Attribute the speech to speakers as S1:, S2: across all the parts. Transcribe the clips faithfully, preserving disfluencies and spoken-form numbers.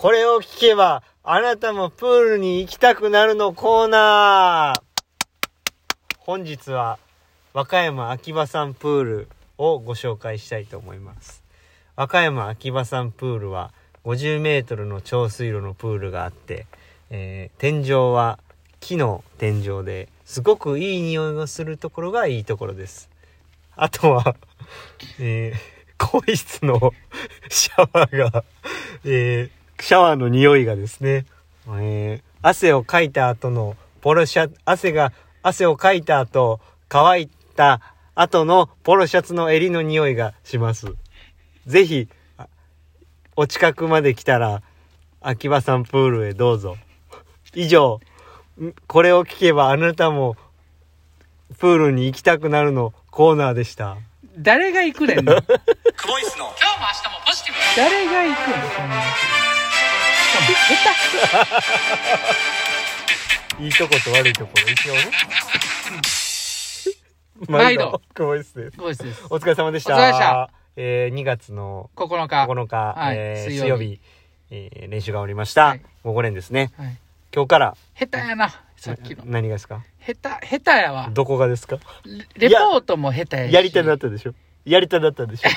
S1: これを聞けばあなたもプールに行きたくなるのコーナー。本日は和歌山秋葉山プールをご紹介したいと思います。和歌山秋葉山プールはごじゅうメートルの長水路のプールがあって、えー、天井は木の天井ですごくいい匂いがするところがいいところです。あとは、えー、更衣室のシャワーが、えー、シャワーの匂いがですね、えー、汗をかいた後のポロシャ汗が汗をかいた後乾いた後のポロシャツの襟の匂いがします。ぜひお近くまで来たら秋葉山プールへどうぞ。以上、これを聞けばあなたもプールに行きたくなるのコーナーでした。
S2: 誰が行くねんの
S3: クボイスの今日も明日もポジティブ。
S2: 誰が行くのそんな
S1: いいとこと悪いところ一応ね。
S2: 毎度
S1: クボイスです。
S2: クボイスです。
S1: お疲れ様でした。
S2: お疲れ様でした。
S1: えー、にがつの
S2: ここのか
S1: ここのか、
S2: はい
S1: えー、
S2: 水曜日、
S1: 水曜日、えー、練習が終わりました。はい、午後練ですね。
S2: はい、
S1: 今日から
S2: 下手やな。さっきの
S1: 何がですか？下
S2: 手下手やわ。
S1: どこがですか？
S2: レポートも下手やし。
S1: やりたなったでしょ。やりたなったでしょ。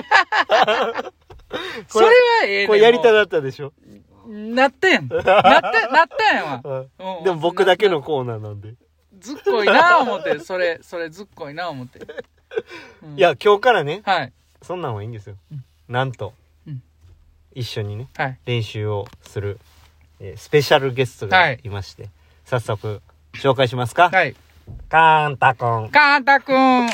S2: それはええね。
S1: これやりたなったでしょ。
S2: なったやん。なったなったやんわ。
S1: うん、でも僕だけのコーナーなんで。
S2: ずっこいな思ってそれそれずっこいな思って。
S1: うん、いや今日からね。
S2: はい。
S1: そんなんはいいんですよ。
S2: うん、
S1: なんと、うん、一緒にね、はい、練習をする、えー、スペシャルゲストがいまして、はい、早速紹介しますか。
S2: はい。
S1: カンタくん。
S2: カンタくん。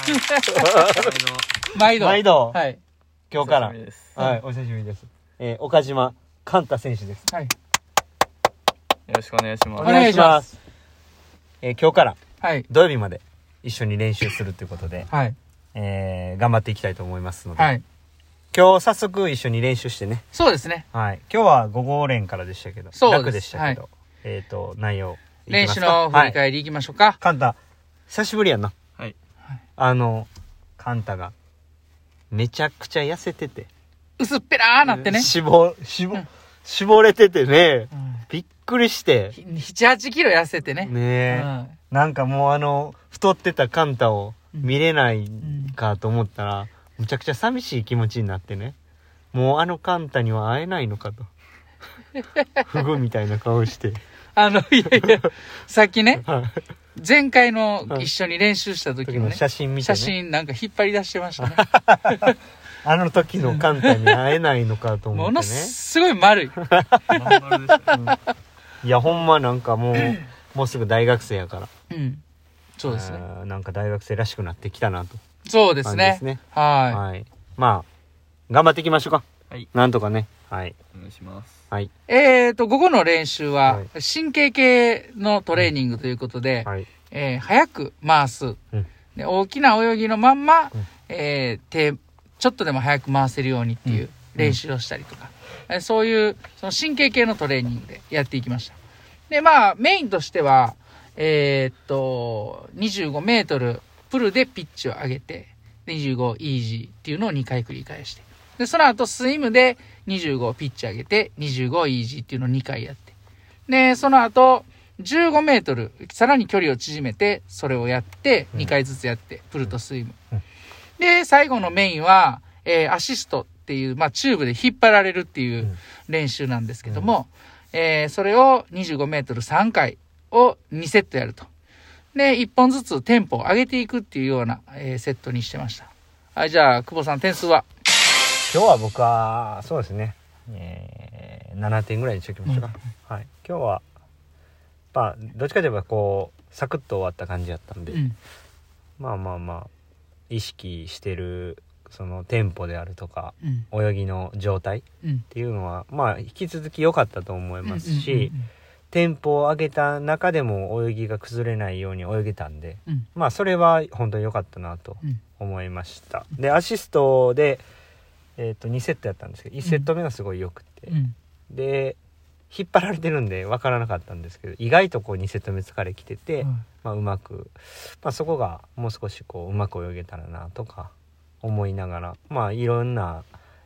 S2: 毎度。
S1: 毎度。
S2: はい。
S1: 今日から。
S3: お久しぶりです。
S1: はい、お久しぶりです。えー、岡島カンタ選手です。
S2: はい。
S3: よろしくお願いします。
S2: お願いします。
S1: えー、今日から、
S2: はい。
S1: 土曜日まで一緒に練習するということで、
S2: はい。
S1: えー、頑張っていきたいと思いますので、
S2: はい、
S1: 今日早速一緒に練習してね。
S2: そうですね。
S1: はい。今日は午後練からでしたけど、
S2: そうです
S1: 楽でしたけど、
S2: はい、
S1: えっ、ー、と内容いき
S2: 練習
S1: ますか。
S2: の振り返りいきましょうか。はい、
S1: カンタ久しぶりやな。
S3: はい。
S1: あのカンタがめちゃくちゃ痩せてて、
S2: 薄っぺらーなってね。
S1: 脂肪脂肪、うん、絞れててね、うん、びっくりして。
S2: ななはちキロ痩せてね。
S1: ねえ、うん、なんかもうあの太ってたカンタを見れないかと思ったら、うん、むちゃくちゃ寂しい気持ちになってね、もうあのカンタには会えないのかとフグみたいな顔して
S2: あのいやいやさっきね前回の一緒に練習した時の、ね、
S1: の写真見て、ね、
S2: 写真なんか引っ張り出してましたね
S1: あの時のカンタに会えないのかと思ってね。
S2: ものすごい丸い
S1: 丸でした、うん、いやほんまなんかもうもうすぐ大学生やから、
S2: うん、そうですね。
S1: なんか大学生らしくなってきたなと。
S2: そうですね。
S1: ですね。
S2: はい。
S1: はい。まあ頑張っていきましょうか。
S3: はい。
S1: なんとかね。はい。
S3: お願いします。
S1: はい。
S2: えーと午後の練習は神経系のトレーニングということで、はい、えー、早く回す、うん、で大きな泳ぎのまんま、うん、えー、手ちょっとでも早く回せるようにっていう練習をしたりとか、うん、そういうその神経系のトレーニングでやっていきました。でまあメインとしてはえー、っとにじゅうごメートルプルでピッチを上げてにじゅうごイージーっていうのをにかい繰り返して、でその後スイムでにじゅうごピッチ上げてにじゅうごイージーっていうのをにかいやって、でその後じゅうごメートルさらに距離を縮めてそれをやってにかいずつやってプルとスイム、うん、で最後のメインは、えー、アシストっていう、まあ、チューブで引っ張られるっていう練習なんですけども、うん、えー、それをにじゅうごメートルさんかいをにセットやると。で、いっぽんずつテンポを上げていくっていうような、えー、セットにしてました。はい、じゃあ、久保さん点数は？
S1: 今日は僕は、そうですね、えー、ななてんぐらいにしときましょうか。うん、はい。今日は、まあ、どっちかといえばこう、サクッと終わった感じだったんで、うん、まあまあまあ、意識してる、そのテンポであるとか、うん、泳ぎの状態っていうのは、うん、まあ、引き続き良かったと思いますし、うんうんうんうん、テンポを上げた中でも泳ぎが崩れないように泳げたんで、うん、まあそれは本当に良かったなと思いました、うん、でアシストで、えー、とにセットやったんですけどいちセット目がすごい良くて、うん、で引っ張られてるんで分からなかったんですけど意外とこうにセット目疲れきてて、うん、まあ、うまく、まあ、そこがもう少しこううまく泳げたらなとか思いながら、まあいろんな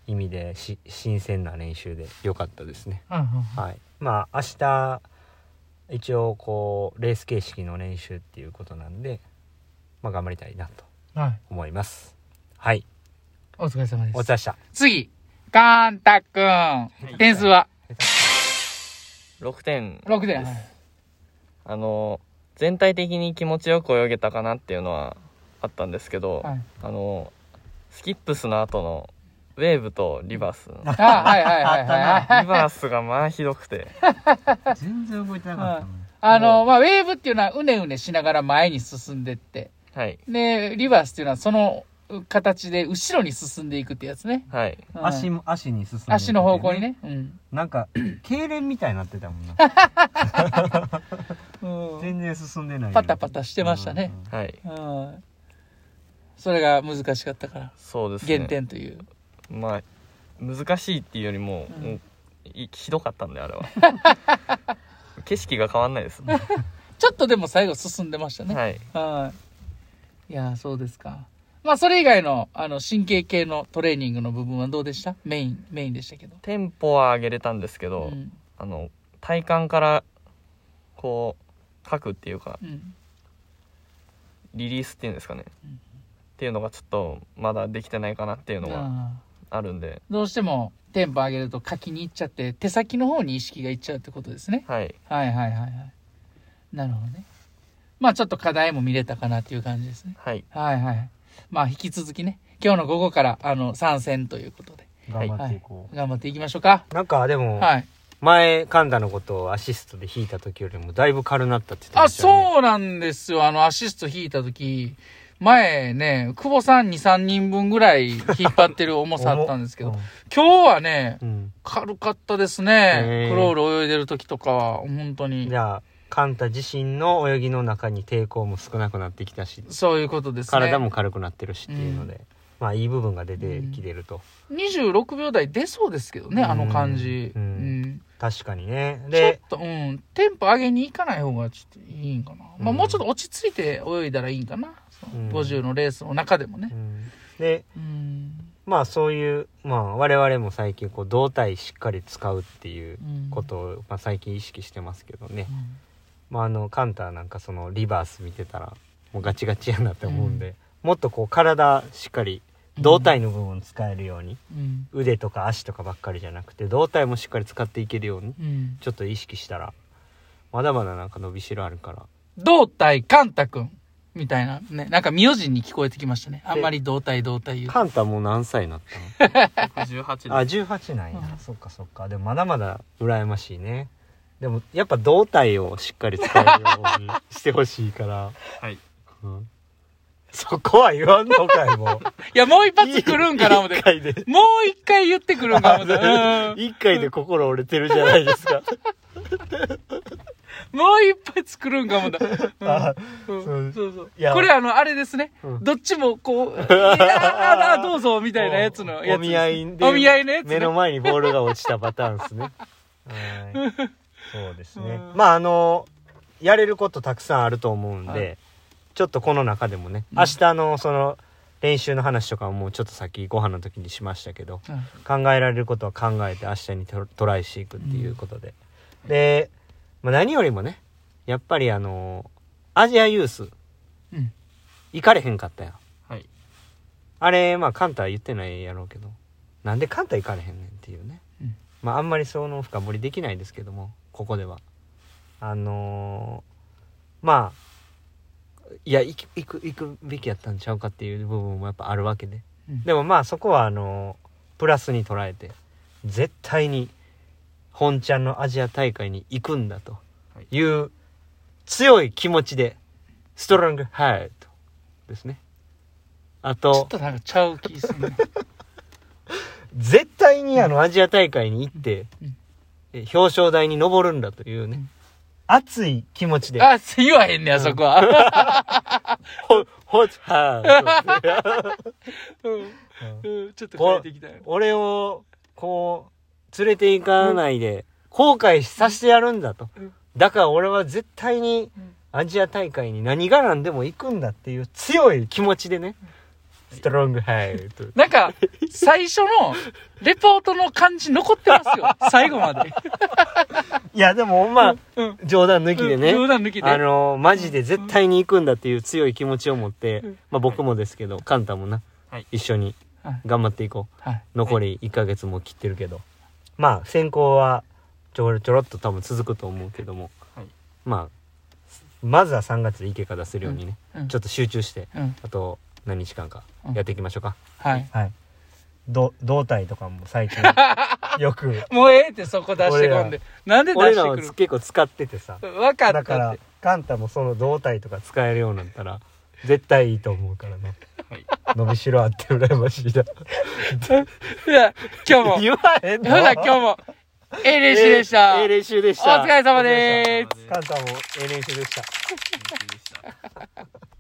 S1: 意味でし新鮮な練習で良かったですね、
S2: うんうん、
S1: はい。まあ明日一応こうレース形式の練習っていうことなんで、まあ頑張りたいなと思います。はい。
S2: お疲れ様です。
S1: お疲れ様でした。
S2: 次、カンタくん、はい、点数は
S3: ろくてん。
S2: ろくてん。はい、
S3: あの全体的に気持ちよく泳げたかなっていうのはあったんですけど、はい、あのスキップスの後のウェーブとリバース、
S2: あ、はいはいはいはい、
S3: リバースがまあひどくて
S1: 全然動いてなかったの、ね、
S2: あのまあウェーブっていうのはうねうねしながら前に進んでって、
S3: はい、
S2: でリバースっていうのはその形で後ろに進んでいくってやつね、
S3: はい、
S1: うん、足も足に進んでいく、
S2: ね、足の方向にね、うん、
S1: なんか痙攣みたいになってたもんなうん、全然進んでない、
S2: パタパタしてましたね、
S3: うん、はい、
S2: うん、それが難しかったから、
S3: そうですね、
S2: 減点という、
S3: まあ難しいっていうよりも、うん、もうひどかったんであれは景色が変わんないです
S2: ちょっとでも最後進んでましたね、
S3: はい、
S2: はい、いやそうですか。まあそれ以外のあの神経系のトレーニングの部分はどうでした？メインメインでしたけど、
S3: テンポは上げれたんですけど、うん、あの体幹からこう書くっていうか、うん、リリースっていうんですかね、うん、っていうのがちょっとまだできてないかなっていうのがあるんで、
S2: どうしてもテンポ上げると書きに行っちゃって手先の方に意識がいっちゃうってことですね、
S3: はい、
S2: はいはいはいはい、なるほどね。まあちょっと課題も見れたかなっていう感じですね、
S3: はい、
S2: はいはい。まあ引き続きね、今日の午後からあの参戦ということで
S1: 頑張っていこう、はい、
S2: 頑張っていきましょうか。
S1: なんかでも、
S2: はい、
S1: 前カンタのことをアシストで弾いた時よりもだいぶ軽なったって言ってましたよね。
S2: あ、そうなんですよ。あのアシスト弾いた時、前ね久保さん にさんにんぶんぐらい引っ張ってる重さあったんですけど、うん、今日はね、うん、軽かったですね。クロール泳いでる時とかは本当に。
S1: じゃあカンタ自身の泳ぎの中に抵抗も少なくなってきたし、
S2: そういうことですね。
S1: 体も軽くなってるしっていうので、うん、まあいい部分が出てきてると、
S2: うん、にじゅうろくびょう台出そうですけどね、あの感じ、うんうん、
S1: 確かにね。で
S2: ちょっと、うん、テンポ上げに行かない方がちょっといいんかな、うん、まあもうちょっと落ち着いて泳いだらいいんかな、うん、ごじゅうのレースの中でもね、うん、
S1: で、うん、まあそういう、まあ我々も最近こう胴体しっかり使うっていうことを、まあ、最近意識してますけどね、うん、まあ、あのカンタなんかそのリバース見てたらもうガチガチやなって思うんで、うん、もっとこう体しっかり胴体の部分を使えるように、うん、腕とか足とかばっかりじゃなくて胴体もしっかり使っていけるように、うん、ちょっと意識したらまだまだなんか伸びしろあるから。
S2: 胴体カンタくんみたいなね、なんか名字に聞こえてきましたね。あんまり胴体胴体言う。
S1: カンタもう何歳になったの？
S3: じゅうはちです。
S1: あ、じゅうはちなんや、うん、そっかそっか。でもまだまだ羨ましいね。でもやっぱ胴体をしっかり使えるようにしてほしいから
S3: はい、
S1: うん、そこは言わんのかいもう
S2: いやもう一発来るんかな思ってもう一回言ってくるんか思って
S1: 一回で心折れてるじゃないですか
S2: もう一発来るんか思った、うん、そうそうそう。これあのあれですね、うん、どっちもこういやあどうぞみたいなやつのやつ、
S1: お見合いで
S2: お見合いのやつ、ね、
S1: 目の前にボールが落ちたパターンですねはいそうですね、うん、まああのやれることたくさんあると思うんで、はい、ちょっとこの中でもね、うん、明日のその練習の話とかはもうちょっと先ご飯の時にしましたけど、うん、考えられることは考えて明日にト, トライしていくっていうことで、うん、で、まあ、何よりもねやっぱりあのアジアユース、うん、行かれへんかったやん、
S3: はい、
S1: あれまあカンタは言ってないやろうけどなんでカンタ行かれへんねんっていうね、うん、まああんまりその深掘りできないですけどもここではあのー、まあいや行く行く行くべきやったんちゃうかっていう部分もやっぱあるわけで、うん、でもまあそこはあのー、プラスに捉えて絶対に本ちゃんのアジア大会に行くんだという強い気持ちでストロングハートですね。あと
S2: ちょっとなんかちゃう気するね
S1: 絶対にあのアジア大会に行って、うんうん表彰台に登るんだというね、うん、熱い気持ちで。
S2: あ、言わへんねや、うん、そこは。
S1: ほ、ほ、は
S2: ぁ。ちょっと変えていきたい。
S1: 俺を、こう、連れて行かないで、後悔させてやるんだと。うん、だから俺は絶対にアジア大会に何が何でも行くんだっていう強い気持ちでね、 ストロングハイと。
S2: なんか、最初のレポートの感じ残ってますよ。最後まで。
S1: いや、でもほんま、うん、冗談抜きでね。
S2: 冗談抜きで。
S1: あのー、マジで絶対に行くんだっていう強い気持ちを持って、うん、まあ僕もですけど、カンタもな、はい、一緒に頑張っていこう。はい、残りいっかげつも切ってるけど。まあ、選考はちょろちょろっと多分続くと思うけども、はい、まあ、まずはさんがつでいい結果出せるようにね、うん、ちょっと集中して、うん、あと何日間かやっていきましょうか。
S2: うん、はい。
S1: はい。ど胴体とかも最近よく
S2: もうええってそこ出してこんでなんで出してくる
S1: 俺らは結構使っててさ
S2: 分かった
S1: だからカンタもその胴体とか使えるようになったら絶対いいと思うからね、はい、伸びしろあって羨ましいだ
S2: いや今日も
S1: 言わへんの
S2: ほら今日もええ練習でした
S1: ええ練習でした
S2: お疲れ様でーす
S1: カンタもええ練習でした